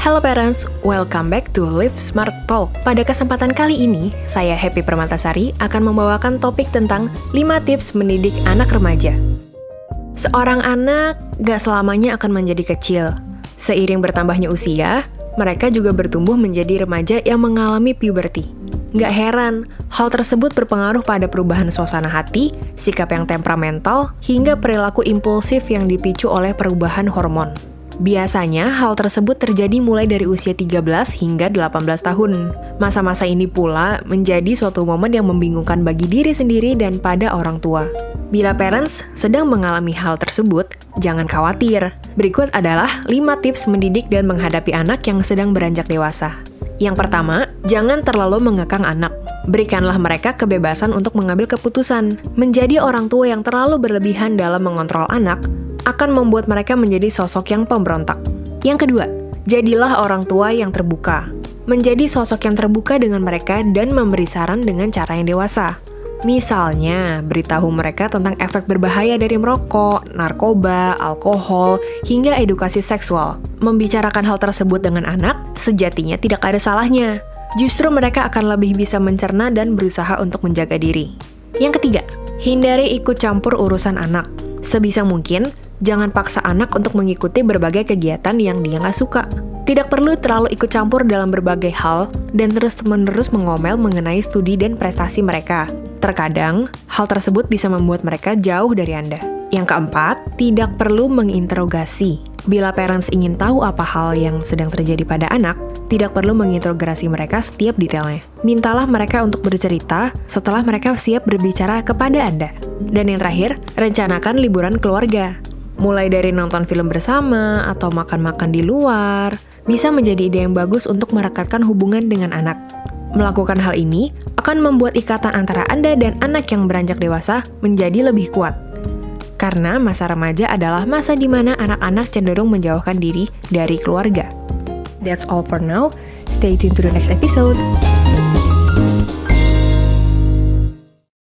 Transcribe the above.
Hello parents, welcome back to Live Smart Talk. Pada kesempatan kali ini, saya Happy Permatasari akan membawakan topik tentang 5 tips mendidik anak remaja. Seorang anak gak selamanya akan menjadi kecil. Seiring bertambahnya usia, mereka juga bertumbuh menjadi remaja yang mengalami puberty. Gak heran, hal tersebut berpengaruh pada perubahan suasana hati, sikap yang temperamental, hingga perilaku impulsif yang dipicu oleh perubahan hormon. Biasanya, hal tersebut terjadi mulai dari usia 13 hingga 18 tahun. Masa-masa ini pula menjadi suatu momen yang membingungkan bagi diri sendiri dan pada orang tua. Bila parents sedang mengalami hal tersebut, jangan khawatir. Berikut adalah 5 tips mendidik dan menghadapi anak yang sedang beranjak dewasa. Yang pertama, jangan terlalu mengekang anak. Berikanlah mereka kebebasan untuk mengambil keputusan. Menjadi orang tua yang terlalu berlebihan dalam mengontrol anak akan membuat mereka menjadi sosok yang pemberontak. Yang kedua, jadilah orang tua yang terbuka. Menjadi sosok yang terbuka dengan mereka dan memberi saran dengan cara yang dewasa. Misalnya, beritahu mereka tentang efek berbahaya dari merokok, narkoba, alkohol, hingga edukasi seksual. Membicarakan hal tersebut dengan anak, sejatinya tidak ada salahnya. Justru mereka akan lebih bisa mencerna dan berusaha untuk menjaga diri. Yang ketiga, hindari ikut campur urusan anak. Sebisa mungkin, jangan paksa anak untuk mengikuti berbagai kegiatan yang dia nggak suka. Tidak perlu terlalu ikut campur dalam berbagai hal dan terus-menerus mengomel mengenai studi dan prestasi mereka. Terkadang, hal tersebut bisa membuat mereka jauh dari Anda. Yang keempat, tidak perlu menginterogasi. Bila parents ingin tahu apa hal yang sedang terjadi pada anak, tidak perlu menginterogasi mereka setiap detailnya. Mintalah mereka untuk bercerita setelah mereka siap berbicara kepada Anda. Dan yang terakhir, rencanakan liburan keluarga. Mulai dari nonton film bersama atau makan-makan di luar, bisa menjadi ide yang bagus untuk merekatkan hubungan dengan anak. Melakukan hal ini akan membuat ikatan antara Anda dan anak yang beranjak dewasa menjadi lebih kuat. Karena masa remaja adalah masa di mana anak-anak cenderung menjauhkan diri dari keluarga. That's all for now. Stay tuned to the next episode.